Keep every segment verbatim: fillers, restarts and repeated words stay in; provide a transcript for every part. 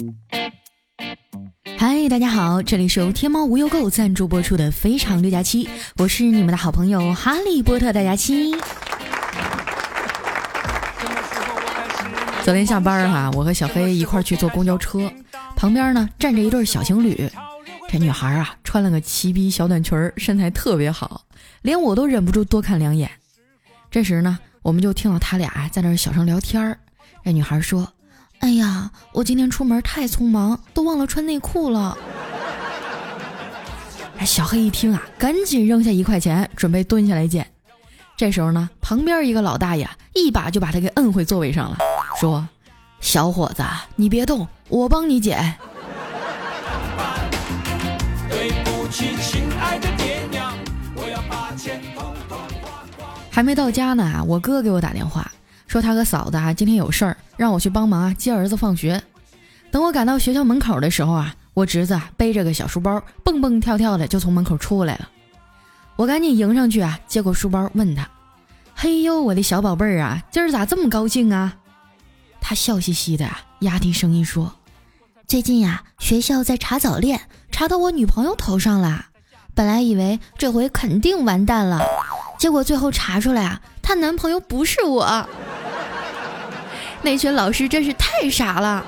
嗨，大家好，这里是由天猫无忧购赞助播出的非常六加七，我是你们的好朋友哈利波特大家七。昨天下班哈、啊，我和小黑一块去坐公交车，旁边呢站着一对小情侣。这女孩啊穿了个齐逼小短裙，身材特别好，连我都忍不住多看两眼。这时呢，我们就听到他俩在那小声聊天。这女孩说：哎呀，我今天出门太匆忙，都忘了穿内裤了。小黑一听啊，赶紧扔下一块钱，准备蹲下来捡。这时候呢，旁边一个老大爷一把就把他给摁回座位上了，说：小伙子，你别动，我帮你捡。对不起，亲爱的爹娘，我要把钱统统花光。还没到家呢，我哥给我打电话说他和嫂子啊今天有事儿，让我去帮忙啊接儿子放学。等我赶到学校门口的时候啊，我侄子啊背着个小书包，蹦蹦跳跳的就从门口出来了。我赶紧迎上去啊，接过书包问他：嘿呦，我的小宝贝儿啊，今儿咋这么高兴啊？他笑嘻嘻的啊，压低声音说：最近呀、啊，学校在查早恋，查到我女朋友头上了。本来以为这回肯定完蛋了，结果最后查出来啊，她男朋友不是我。那群老师真是太傻了。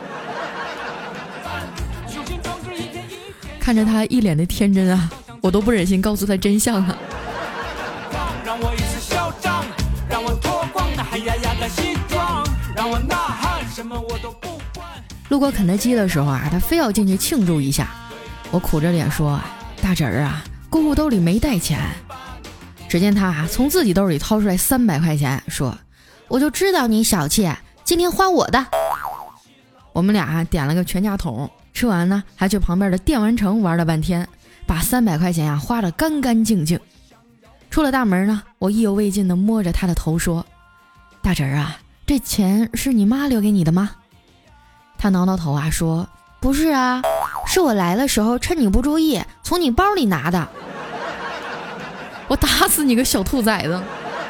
看着他一脸的天真啊，我都不忍心告诉他真相啊。让我一次嚣张，让我脱光那黑压压的西装，让我呐喊，什么我都不管。路过肯德基的时候啊，他非要进去庆祝一下。我苦着脸说：大侄儿啊，购物兜里没带钱。只见他啊从自己兜里掏出来三百块钱，说：我就知道你小气，今天花我的。我们俩点了个全家桶，吃完呢还去旁边的电玩城玩了半天，把三百块钱啊花得干干净净。出了大门呢，我意犹未尽地摸着他的头说：大侄儿啊，这钱是你妈留给你的吗？他挠挠头啊说：不是啊，是我来的时候趁你不注意从你包里拿的。我打死你个小兔崽子。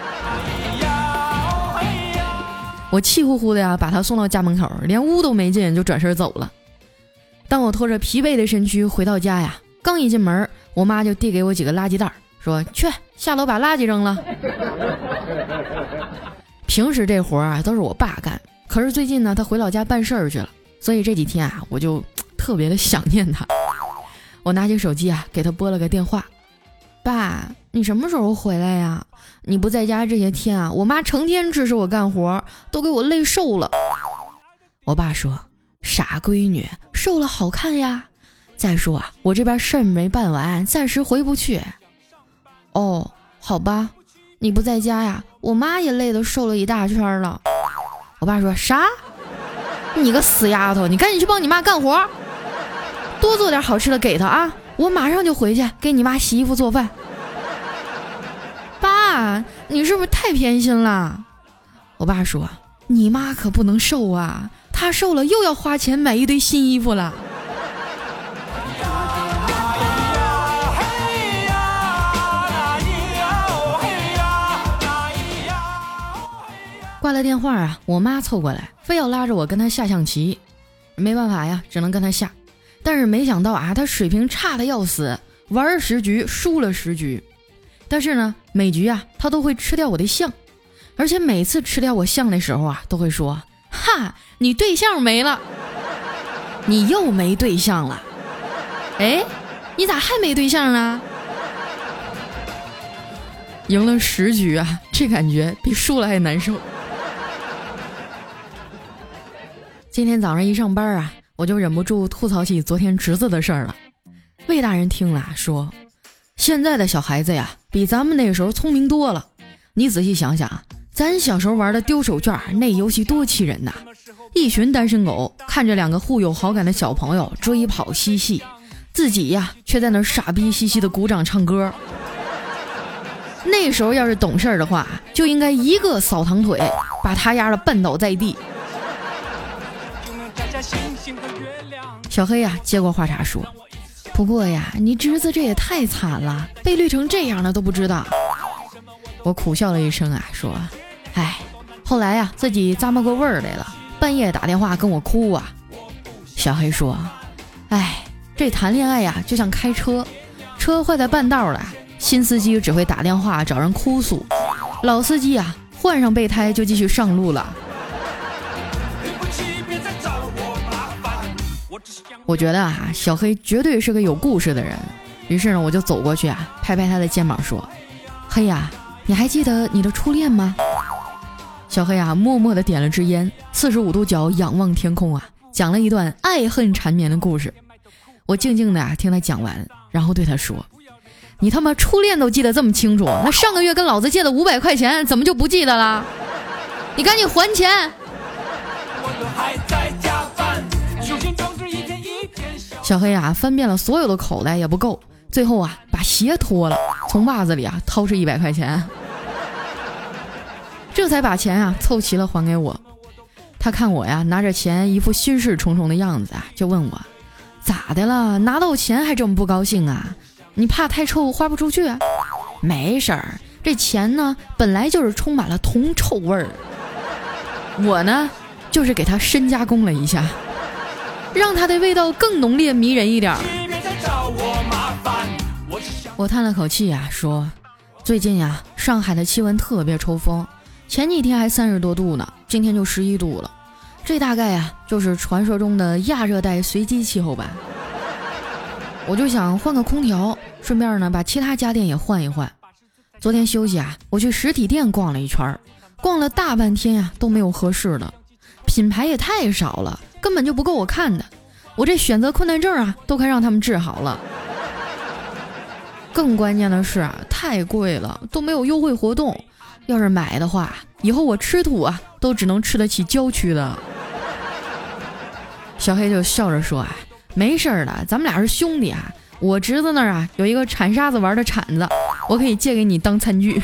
我气呼呼的呀，把他送到家门口，连屋都没进就转身走了。当我拖着疲惫的身躯回到家呀，刚一进门，我妈就递给我几个垃圾袋，说：去下楼把垃圾扔了。平时这活啊都是我爸干，可是最近呢他回老家办事儿去了，所以这几天啊我就特别的想念他。我拿起手机啊给他拨了个电话：爸，你什么时候回来呀？你不在家这些天啊，我妈成天指使我干活，都给我累瘦了。我爸说：傻闺女，瘦了好看呀。再说啊，我这边事儿没办完，暂时回不去。哦，好吧，你不在家呀，我妈也累得瘦了一大圈了。我爸说：啥？你个死丫头，你赶紧去帮你妈干活，多做点好吃的给她啊！我马上就回去给你妈洗衣服做饭。爸，你是不是太偏心了？我爸说：你妈可不能瘦啊，她瘦了又要花钱买一堆新衣服了。挂了电话啊，我妈凑过来，非要拉着我跟她下象棋。没办法呀，只能跟她下。但是没想到啊，她水平差的要死，玩十局输了十局。但是呢，每局啊，她都会吃掉我的象，而且每次吃掉我象的时候啊，都会说：哈，你对象没了，你又没对象了。哎，你咋还没对象呢？赢了十局啊，这感觉比输了还难受。今天早上一上班啊，我就忍不住吐槽起昨天侄子的事儿了。魏大人听了说：现在的小孩子呀，比咱们那个时候聪明多了。你仔细想想啊，咱小时候玩的丢手绢那游戏多气人呐！一群单身狗看着两个互有好感的小朋友追跑嬉戏，自己呀却在那傻逼兮兮的鼓掌唱歌。那时候要是懂事的话，就应该一个扫堂腿，把他丫的绊倒在地。小黑呀接过话茬说：不过呀，你侄子这也太惨了，被绿成这样了都不知道。我苦笑了一声啊，说：哎，后来呀自己咂摸过味儿来了，半夜打电话跟我哭啊。 小黑说，哎，这谈恋爱呀就像开车，车坏在半道了，新司机只会打电话找人哭诉，老司机啊换上备胎就继续上路了。我觉得啊，小黑绝对是个有故事的人。于是呢，我就走过去啊，拍拍他的肩膀说：“黑呀，你还记得你的初恋吗？”小黑啊，默默地点了支烟，四十五度角仰望天空啊，讲了一段爱恨缠绵的故事。我静静的啊听他讲完，然后对他说：“你他妈初恋都记得这么清楚，那上个月跟老子借的五百块钱怎么就不记得了？你赶紧还钱！”小黑啊翻遍了所有的口袋也不够，最后啊把鞋脱了，从袜子里啊掏出一百块钱，这才把钱啊凑齐了还给我。他看我呀拿着钱一副心事重重的样子啊，就问我咋的了，拿到钱还这么不高兴啊？你怕太臭花不出去啊？没事儿，这钱呢本来就是充满了铜臭味儿，我呢就是给他深加工了一下，让它的味道更浓烈迷人一点。我叹了口气啊，说最近呀、啊、上海的气温特别抽风，前几天还三十多度呢，今天就十一度了，这大概呀、啊、就是传说中的亚热带随机气候吧。我就想换个空调，顺便呢把其他家电也换一换。昨天休息啊，我去实体店逛了一圈，逛了大半天呀、啊、都没有合适的，品牌也太少了，根本就不够我看的，我这选择困难症啊都快让他们治好了。更关键的是啊，太贵了，都没有优惠活动，要是买的话，以后我吃土啊都只能吃得起郊区的。小黑就笑着说啊，没事的，咱们俩是兄弟啊，我侄子那儿啊有一个铲沙子玩的铲子，我可以借给你当餐具。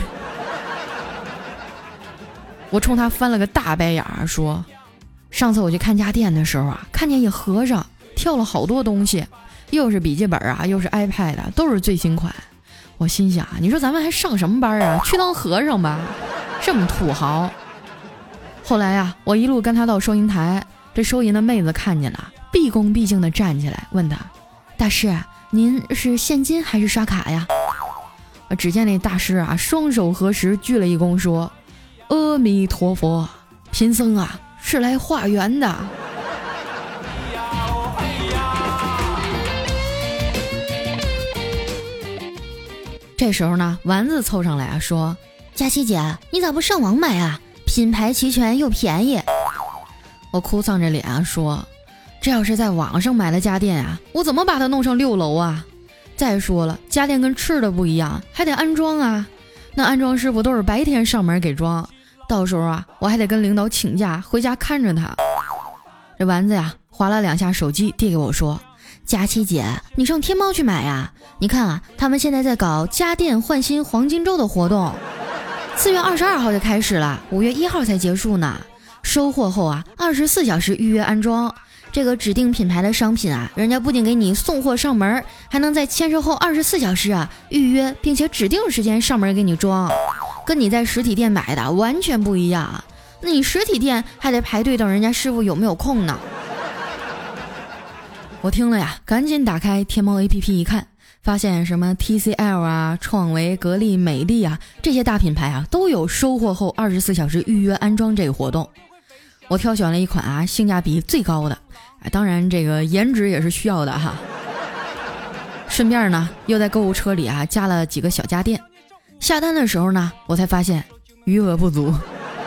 我冲他翻了个大白眼儿说，上次我去看家电的时候啊，看见一和尚跳了好多东西，又是笔记本啊，又是 iPad 啊，都是最新款。我心想，你说咱们还上什么班啊？去当和尚吧，这么土豪。后来啊，我一路跟他到收银台，这收银的妹子看见了，毕恭毕敬地站起来问他：“大师，您是现金还是刷卡呀？”只见那大师啊，双手合十鞠了一躬，说：“阿弥陀佛，贫僧啊是来化缘的。”这时候呢，丸子凑上来啊，说：“佳琪姐，你咋不上网买啊？品牌齐全又便宜。”我哭丧着脸啊说：“这要是在网上买的家电啊，我怎么把它弄上六楼啊？再说了，家电跟吃的不一样，还得安装啊。那安装师傅都是白天上门给装，到时候啊，我还得跟领导请假回家看着他。”这丸子呀，划了两下手机，递给我说：“佳琪姐，你上天猫去买啊！你看啊，他们现在在搞家电换新黄金周的活动，四月二十二号就开始了，五月一号才结束呢。收货后啊，二十四小时预约安装。这个指定品牌的商品啊，人家不仅给你送货上门，还能在签收后二十四小时啊预约，并且指定时间上门给你装，跟你在实体店买的完全不一样。那你实体店还得排队等人家师傅有没有空呢。”我听了呀，赶紧打开天猫 A P P 一看，发现什么 T C L 啊、创维、格力、美的啊这些大品牌啊都有收货后二十四小时预约安装这个活动。我挑选了一款啊性价比最高的，当然这个颜值也是需要的哈。顺便呢又在购物车里啊加了几个小家电。下单的时候呢，我才发现余额不足。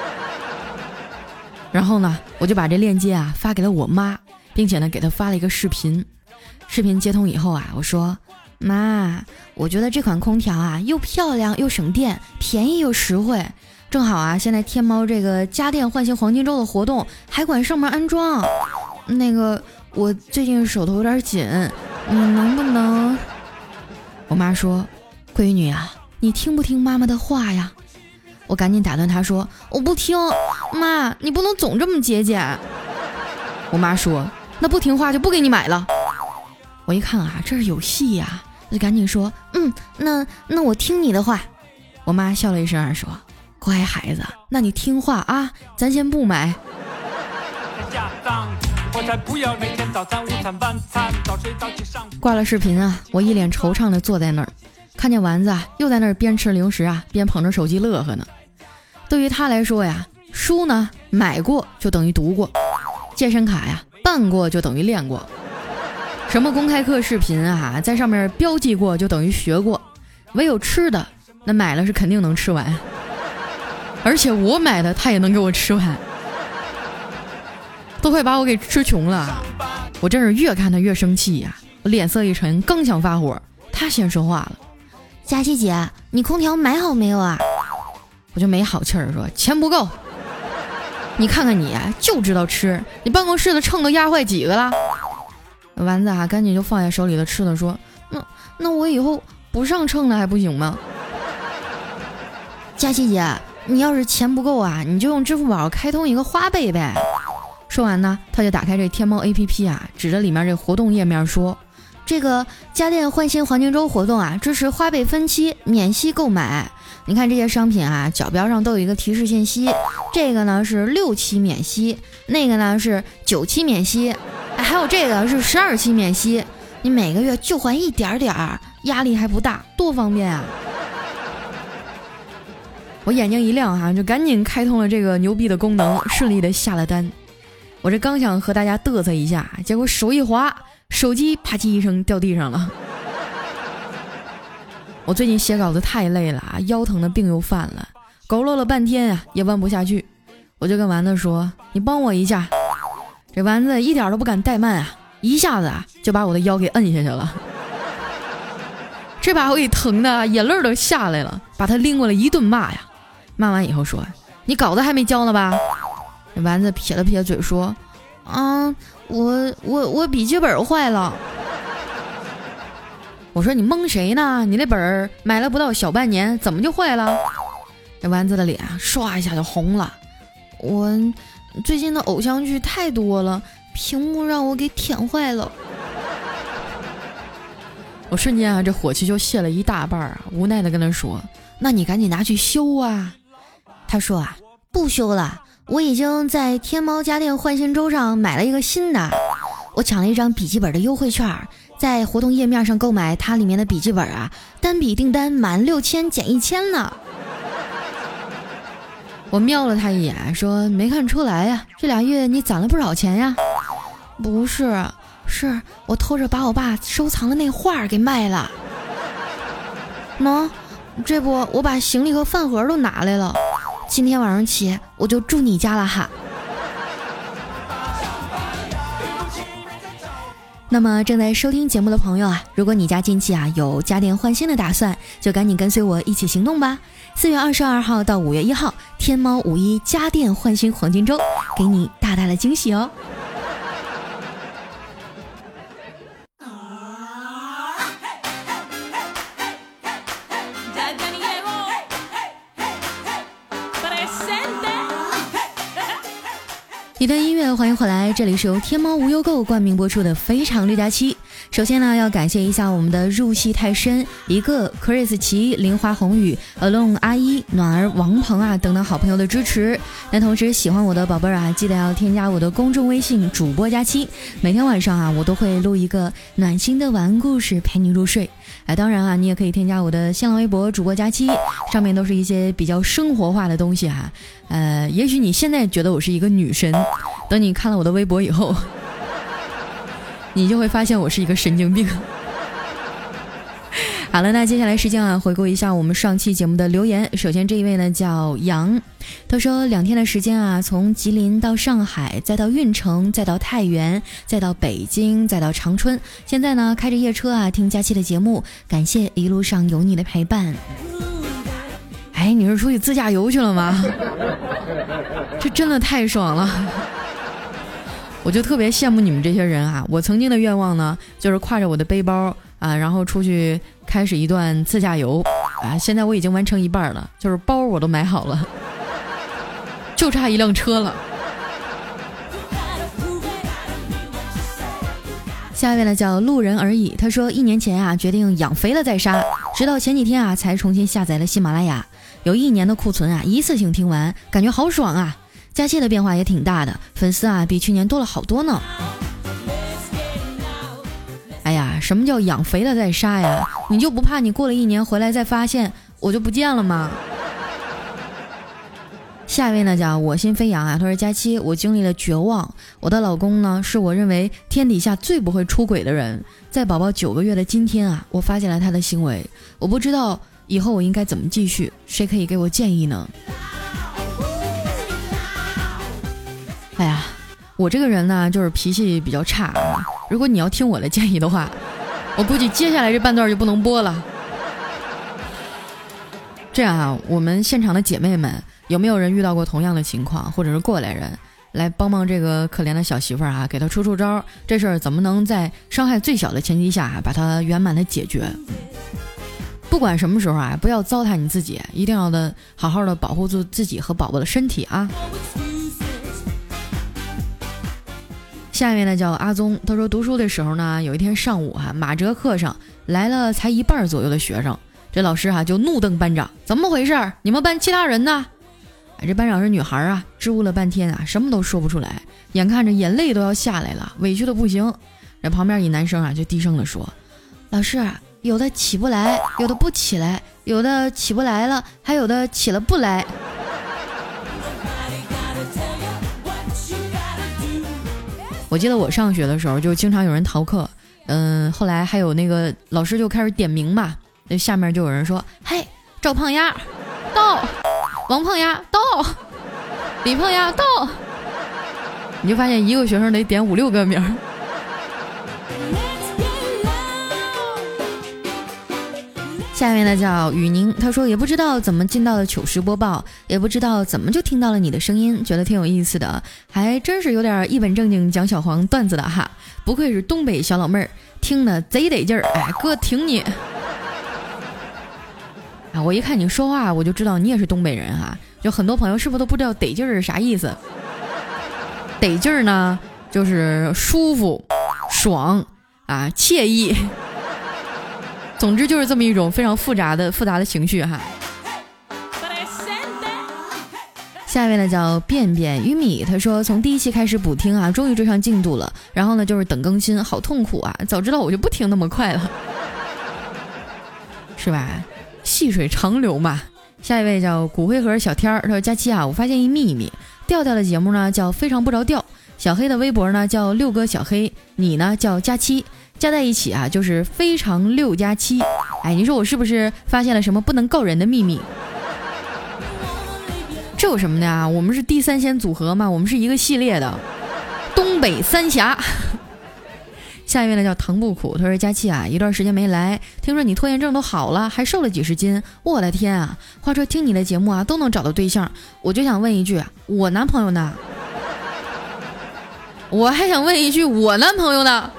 然后呢，我就把这链接啊发给了我妈，并且呢给她发了一个视频。视频接通以后啊，我说：“妈，我觉得这款空调啊又漂亮又省电，便宜又实惠。正好啊，现在天猫这个家电换新黄金周的活动还管上门安装。那个我最近手头有点紧，你能不能……”我妈说：“闺女啊，你听不听妈妈的话呀？”我赶紧打断她说：“我不听，妈，你不能总这么节俭。”我妈说：“那不听话就不给你买了。”我一看啊，这是有戏呀、啊，就赶紧说：“嗯，那那我听你的话。”我妈笑了一声说：“乖孩子，那你听话啊，咱先不买。” 我才不要每天早餐午餐晚餐早睡早起上。挂了视频啊，我一脸惆怅的坐在那儿，看见丸子啊又在那儿边吃零食啊边捧着手机乐呵呢。对于他来说呀，书呢买过就等于读过，健身卡呀办过就等于练过，什么公开课视频啊在上面标记过就等于学过，唯有吃的那买了是肯定能吃完，而且我买的他也能给我吃完，都快把我给吃穷了。我真是越看他越生气呀、啊，我脸色一沉，刚想发火，他先说话了：佳琪姐，你空调买好没有啊？我就没好气儿说钱不够。你看看你啊，就知道吃，你办公室的秤都压坏几个了？丸子啊，赶紧就放下手里的吃的说：那那我以后不上秤了还不行吗？佳琪姐，你要是钱不够啊，你就用支付宝开通一个花呗呗。说完呢，他就打开这天猫 A P P 啊，指着里面这活动页面说：这个家电换新黄金周活动啊，支持花呗分期免息购买。你看这些商品啊，角标上都有一个提示信息，这个呢是六期免息，那个呢是九期免息，还有这个是十二期免息，你每个月就还一点点儿，压力还不大，多方便啊！我眼睛一亮哈、啊，就赶紧开通了这个牛逼的功能，顺利的下了单。我这刚想和大家嘚瑟一下，结果手一滑，手机啪叽一声掉地上了。我最近写稿子太累了啊，腰疼的病又犯了，佝偻了半天啊也弯不下去。我就跟丸子说：你帮我一下。这丸子一点都不敢怠慢啊，一下子啊就把我的腰给摁下去了。这把我给疼的眼泪都下来了，把他拎过来一顿骂呀。骂完以后说：你稿子还没交呢吧？丸子撇了撇嘴说：啊，我我我笔记本坏了。我说：你蒙谁呢？你那本儿买了不到小半年，怎么就坏了？这丸子的脸唰一下就红了。我最近的偶像剧太多了，屏幕让我给舔坏了。我瞬间啊，这火气就泄了一大半啊，无奈的跟他说：那你赶紧拿去修啊。他说啊，不修了，我已经在天猫家电换新周上买了一个新的，我抢了一张笔记本的优惠券，在活动页面上购买它里面的笔记本啊，单笔订单满六千减一千呢。我瞄了他一眼说：没看出来呀、啊，这俩月你攒了不少钱呀？不是，是我偷着把我爸收藏的那画给卖了。喏，这不我把行李和饭盒都拿来了，今天晚上起我就住你家了哈。那么正在收听节目的朋友啊，如果你家近期啊有家电换新的打算，就赶紧跟随我一起行动吧。四月二十二号到五月一号，天猫五一家电换新黄金周，给你大大的惊喜哦。一段音乐，欢迎回来，这里是由天猫无忧购冠名播出的非常六加七。首先呢，要感谢一下我们的入戏太深、一个 Chris 奇、林花红雨、Alone 阿一、暖儿王鹏啊等等好朋友的支持。那同时喜欢我的宝贝儿啊，记得要添加我的公众微信主播佳期，每天晚上啊我都会录一个暖心的晚安故事陪你入睡。哎，当然啊，你也可以添加我的新浪微博主播佳期，上面都是一些比较生活化的东西哈、啊。呃，也许你现在觉得我是一个女神，等你看了我的微博以后，你就会发现我是一个神经病。好了，那接下来时间啊，回顾一下我们上期节目的留言。首先这一位呢叫杨，他说两天的时间啊，从吉林到上海，再到运城，再到太原，再到北京，再到长春，现在呢开着夜车啊听佳期的节目，感谢一路上有你的陪伴。哎，你是出去自驾游去了吗？这真的太爽了。我就特别羡慕你们这些人啊！我曾经的愿望呢，就是挎着我的背包啊，然后出去开始一段自驾游啊。现在我已经完成一半了，就是包我都买好了，就差一辆车了。下一位呢叫路人而已，他说一年前啊决定养肥了再杀，直到前几天啊才重新下载了喜马拉雅，有一年的库存啊一次性听完，感觉好爽啊！ 佳期的变化也挺大的，粉丝啊比去年多了好多呢。哎呀，什么叫养肥了再杀呀？你就不怕你过了一年回来再发现我就不见了吗？下一位呢叫我心飞扬啊，他说佳期，我经历了绝望，我的老公呢是我认为天底下最不会出轨的人，在宝宝九个月的今天啊，我发现了他的行为，我不知道以后我应该怎么继续，谁可以给我建议呢？哎呀，我这个人呢就是脾气比较差啊，如果你要听我的建议的话，我估计接下来这半段就不能播了。这样啊，我们现场的姐妹们有没有人遇到过同样的情况，或者是过来人来帮帮这个可怜的小媳妇儿啊，给她出出招，这事儿怎么能在伤害最小的前提下、啊、把它圆满的解决？不管什么时候啊，不要糟蹋你自己，一定要的好好的保护住自己和宝宝的身体啊。下面呢叫阿宗，他说读书的时候呢，有一天上午啊，马哲课上来了才一半左右的学生，这老师啊就怒瞪班长，怎么回事？你们班其他人呢？哎，这班长是女孩啊，支吾了半天啊，什么都说不出来，眼看着眼泪都要下来了，委屈的不行。这旁边一男生啊就低声的说，老师，有的起不来，有的不起来，有的起不来了，还有的起了不来。我记得我上学的时候就经常有人逃课，嗯，后来还有那个老师就开始点名嘛，那下面就有人说，嘿，赵胖丫到，王胖丫到，李胖丫到，你就发现一个学生得点五六个名。下面呢叫雨宁，他说也不知道怎么进到了糗事播报，也不知道怎么就听到了你的声音，觉得挺有意思的，还真是有点一本正经讲小黄段子的哈，不愧是东北小老妹儿，听得贼得劲儿，哎，哥挺你啊！我一看你说话，我就知道你也是东北人哈。就很多朋友是不是都不知道得劲儿是啥意思？得劲儿呢，就是舒服、爽啊、惬意。总之就是这么一种非常复杂的复杂的情绪哈。下一位呢叫便便玉米，他说从第一期开始补听啊，终于追上进度了，然后呢就是等更新，好痛苦啊，早知道我就不听那么快了，是吧？细水长流嘛。下一位叫骨灰盒小天儿，他说佳期啊，我发现一秘密，调调的节目呢叫非常不着调，小黑的微博呢叫六哥小黑，你呢叫佳期，加在一起啊就是非常六加七。哎，你说我是不是发现了什么不能告人的秘密？这有什么的啊？我们是地三鲜组合嘛，我们是一个系列的东北三峡。下一位呢叫唐不苦，他说佳期啊，一段时间没来，听说你拖延症都好了，还瘦了几十斤，我的天啊！话说听你的节目啊，都能找到对象，我就想问一句，我男朋友呢？我还想问一句，我男朋友呢？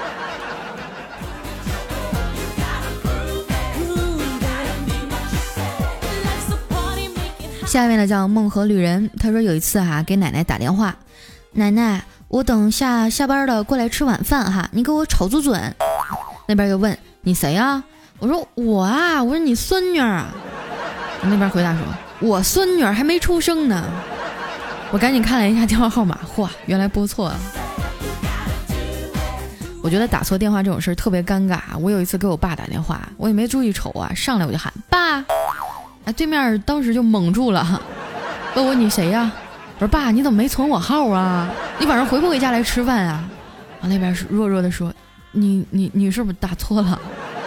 下面呢叫梦河旅人，他说有一次哈、啊、给奶奶打电话，奶奶，我等下下班了过来吃晚饭哈，你给我炒猪嘴。那边又问你谁啊？我说我啊，我说你孙女啊。那边回答说我孙女还没出生呢。我赶紧看了一下电话号码，嚯，原来拨错了。我觉得打错电话这种事特别尴尬。我有一次给我爸打电话，我也没注意瞅啊，上来我就喊爸。哎，对面当时就懵住了，问我你谁呀、啊？我说爸，你怎么没存我号啊？你晚上回不回家来吃饭啊？啊，那边是弱弱的说，你你你是不是打错了？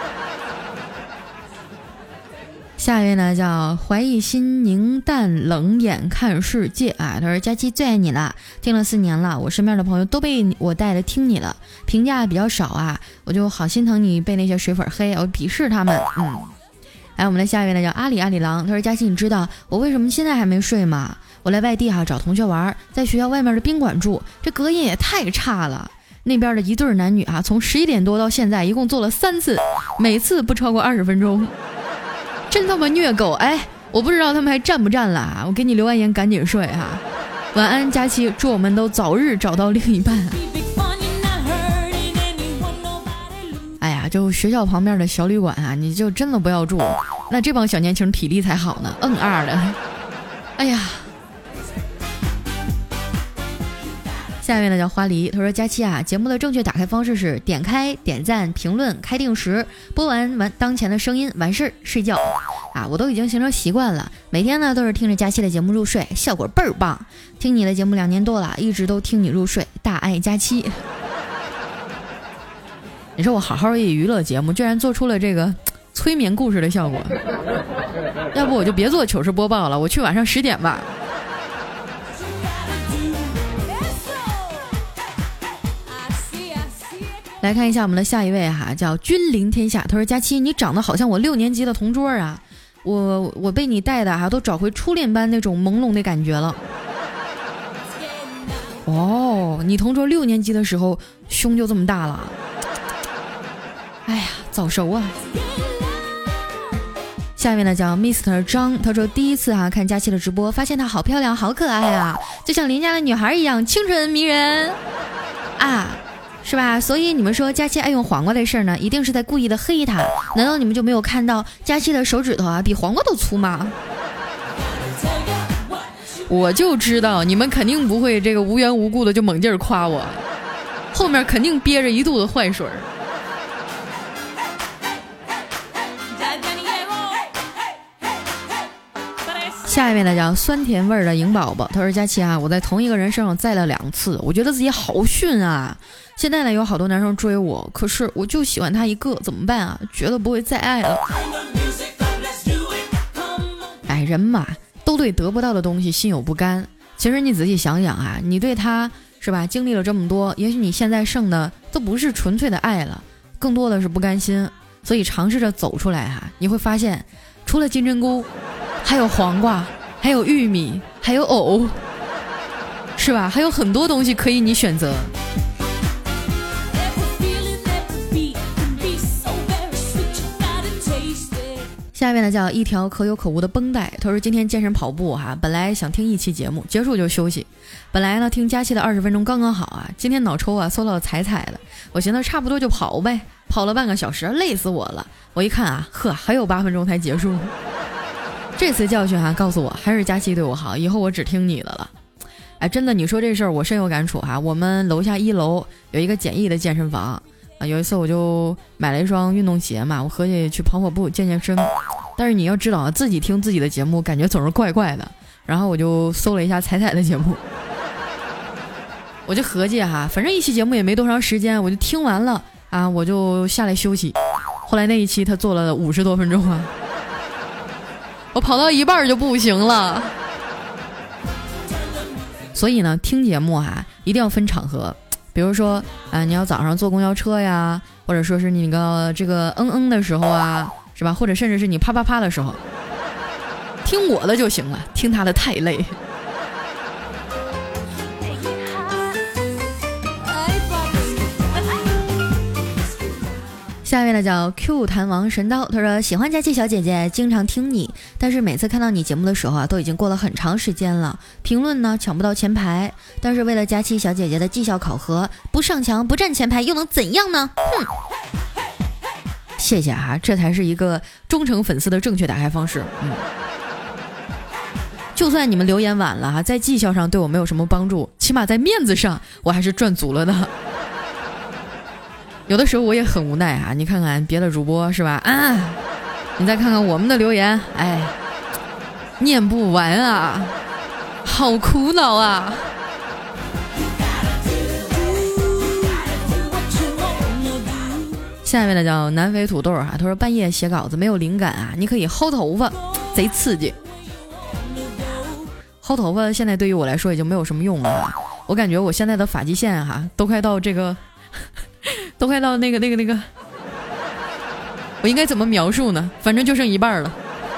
下一位呢叫怀疑心凝淡冷眼看世界啊，他说佳期最爱你了，听了四年了，我身边的朋友都被我带着听你了，评价比较少啊，我就好心疼你被那些水粉黑，我鄙视他们。嗯。哎，我们的下一位呢叫阿里阿里郎，他说佳期你知道我为什么现在还没睡吗？我来外地哈、啊、找同学玩，在学校外面的宾馆住，这隔音也太差了。那边的一对男女啊，从十一点多到现在一共做了三次，每次不超过二十分钟，真他妈虐狗！哎，我不知道他们还站不站了啊！我给你留完言赶紧睡哈、啊，晚安佳期，祝我们都早日找到另一半、啊。哎呀，就学校旁边的小旅馆啊，你就真的不要住，那这帮小年轻体力才好呢，嗯二的。哎呀。 下面呢叫花梨，他说佳期啊，节目的正确打开方式是点开、点赞、评论、开定时，播完完当前的声音，完事儿睡觉啊，我都已经形成习惯了，每天呢都是听着佳期的节目入睡，效果倍儿棒。听你的节目两年多了，一直都听你入睡，大爱佳期。你说我好好一娱乐节目，居然做出了这个催眠故事的效果，要不我就别做糗事播报了，我去晚上十点吧。来看一下我们的下一位哈，叫君临天下。他说佳期，你长得好像我六年级的同桌啊，我我被你带的哈、啊，都找回初恋般那种朦胧的感觉了。哦，你同桌六年级的时候胸就这么大了，哎呀，早熟啊。下一位呢叫 mister 张，他说第一次哈、啊、看佳期的直播，发现她好漂亮，好可爱啊，就像邻家的女孩一样清纯迷人啊。是吧？所以你们说佳期爱用黄瓜的事儿呢，一定是在故意的黑他。难道你们就没有看到佳期的手指头啊，比黄瓜都粗吗？我就知道你们肯定不会这个无缘无故的就猛劲儿夸我，后面肯定憋着一肚子坏水。下一位呢叫酸甜味儿的颖宝宝，他说佳期啊，我在同一个人身上栽了两次，我觉得自己好逊啊。现在呢有好多男生追我，可是我就喜欢他一个，怎么办啊？觉得不会再爱了。哎，人嘛都对得不到的东西心有不甘。其实你仔细想想啊，你对他是吧，经历了这么多，也许你现在剩的都不是纯粹的爱了，更多的是不甘心。所以尝试着走出来哈、啊，你会发现除了金针菇还有黄瓜，还有玉米，还有藕，是吧？还有很多东西可以你选择。下面呢叫一条可有可无的绷带，他说今天健身跑步哈、啊，本来想听一期节目，结束就休息。本来呢听佳期的二十分钟刚刚好啊，今天脑抽啊搜到彩彩的，我寻思差不多就跑呗，跑了半个小时，累死我了。我一看啊，呵，还有八分钟才结束。这次教训哈、啊，告诉我还是佳期对我好，以后我只听你的了。哎，真的，你说这事儿我深有感触哈、啊。我们楼下一楼有一个简易的健身房啊，有一次我就买了一双运动鞋嘛，我合计去跑跑步健健身。但是你要知道啊，自己听自己的节目感觉总是怪怪的，然后我就搜了一下彩彩的节目，我就合计哈，反正一期节目也没多长时间，我就听完了啊，我就下来休息。后来那一期他做了五十多分钟啊，我跑到一半就不行了。所以呢，听节目哈、啊，一定要分场合，比如说啊，你要早上坐公交车呀，或者说是你个这个嗯嗯的时候啊。是吧？或者甚至是你啪啪啪的时候，听我的就行了，听他的太累。下面呢叫 Q 弹王神刀，他说喜欢佳期小姐姐，经常听你，但是每次看到你节目的时候啊，都已经过了很长时间了，评论呢抢不到前排，但是为了佳期小姐姐的绩效考核，不上墙不站前排又能怎样呢？哼。谢谢啊，这才是一个忠诚粉丝的正确打开方式。嗯，就算你们留言晚了哈，在绩效上对我没有什么帮助，起码在面子上我还是赚足了的。有的时候我也很无奈啊，你看看别的主播是吧？啊，你再看看我们的留言，哎，念不完啊，好苦恼啊。下面的叫南非土豆啊，他说半夜写稿子没有灵感啊，你可以薅头发，贼刺激。薅头发现在对于我来说已经没有什么用了、啊，我感觉我现在的发际线哈、啊、都快到这个，都快到那个那个那个，我应该怎么描述呢？反正就剩一半了。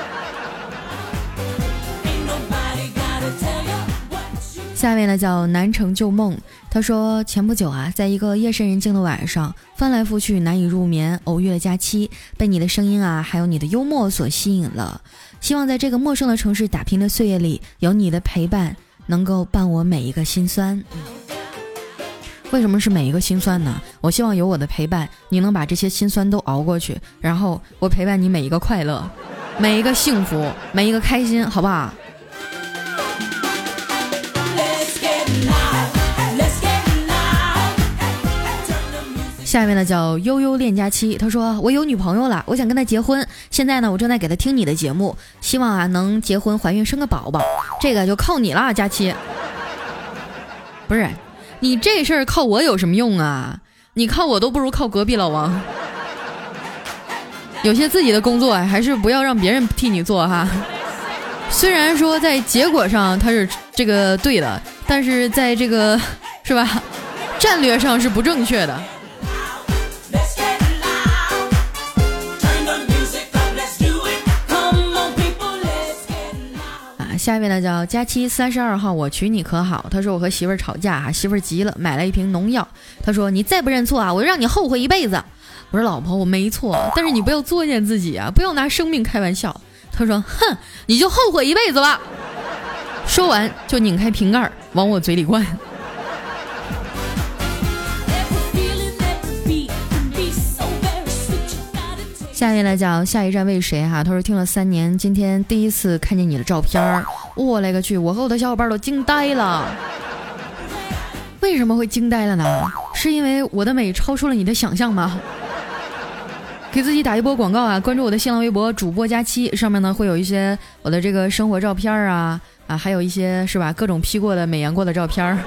下面呢叫南城旧梦，他说前不久啊，在一个夜深人静的晚上，翻来覆去难以入眠，偶遇了佳期，被你的声音啊还有你的幽默所吸引了，希望在这个陌生的城市打拼的岁月里，有你的陪伴能够伴我每一个心酸。为什么是每一个心酸呢？我希望有我的陪伴，你能把这些心酸都熬过去，然后我陪伴你每一个快乐，每一个幸福，每一个开心，好不好？ Let's get high, let's get 下一位呢叫悠悠恋佳期，他说我有女朋友了，我想跟她结婚，现在呢我正在给她听你的节目，希望啊能结婚怀孕生个宝宝，这个就靠你了佳期。不是你这事儿靠我有什么用啊，你靠我都不如靠隔壁老王。有些自己的工作还是不要让别人替你做哈，虽然说在结果上他是这个对的，但是在这个是吧战略上是不正确的。下一位呢叫佳期三十二号，我娶你可好？他说我和媳妇儿吵架哈，媳妇儿急了，买了一瓶农药。他说你再不认错啊，我就让你后悔一辈子。我说老婆我没错，但是你不要作践自己啊，不要拿生命开玩笑。他说哼，你就后悔一辈子吧。说完就拧开瓶盖往我嘴里灌。下一位来讲下一站为谁哈？他说听了三年，今天第一次看见你的照片，我勒个去，我和我的小伙伴都惊呆了。为什么会惊呆了呢？是因为我的美超出了你的想象吗？给自己打一波广告啊！关注我的新浪微博主播佳期，上面呢会有一些我的这个生活照片啊啊，还有一些是吧各种 P 过的美颜过的照片。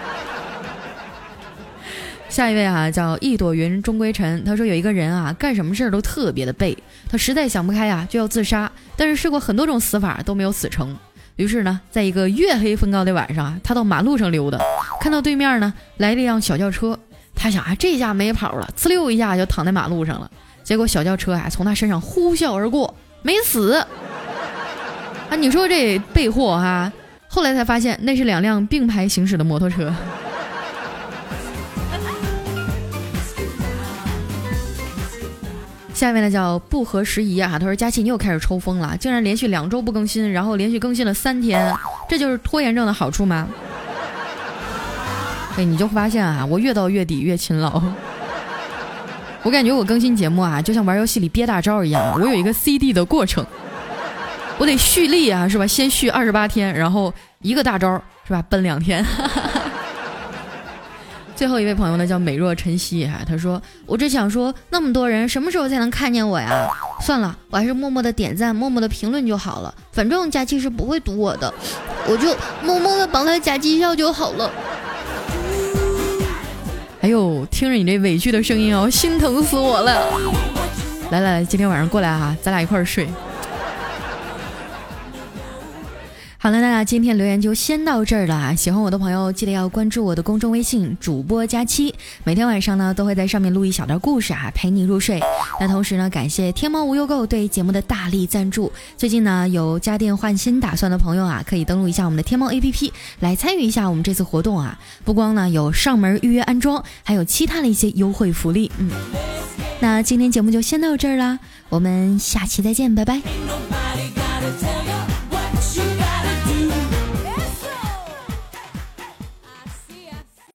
下一位啊叫一朵云终归尘，他说有一个人啊干什么事儿都特别的背，他实在想不开啊就要自杀，但是试过很多种死法都没有死成。于是呢在一个月黑风高的晚上啊，他到马路上溜达，看到对面呢来了一辆小轿车，他想啊这下没跑了，呲溜一下就躺在马路上了，结果小轿车啊从他身上呼啸而过，没死啊！你说这备货哈，后来才发现那是两辆并排行驶的摩托车。下面呢叫不合时宜啊，他说佳琪你又开始抽风了，竟然连续两周不更新，然后连续更新了三天，这就是拖延症的好处吗？哎，你就发现啊，我越到月底越勤劳。我感觉我更新节目啊，就像玩游戏里憋大招一样，我有一个 C D 的过程，我得蓄力啊，是吧？先蓄二十八天，然后一个大招是吧，奔两天。最后一位朋友呢叫美若晨曦哈，他说我只想说那么多人什么时候才能看见我呀？算了，我还是默默的点赞默默的评论就好了，反正佳期是不会读我的，我就默默的帮他加绩效就好了。哎呦，听着你这委屈的声音哦，心疼死我了。来来来，今天晚上过来哈，咱俩一块儿睡。好了，那今天留言就先到这儿了。喜欢我的朋友记得要关注我的公众微信主播佳期，每天晚上呢都会在上面录一小段故事啊，陪你入睡。那同时呢，感谢天猫无忧购对节目的大力赞助。最近呢有家电换新打算的朋友啊，可以登录一下我们的天猫 A P P 来参与一下我们这次活动啊。不光呢有上门预约安装，还有其他的一些优惠福利。嗯，那今天节目就先到这儿啦，我们下期再见，拜拜。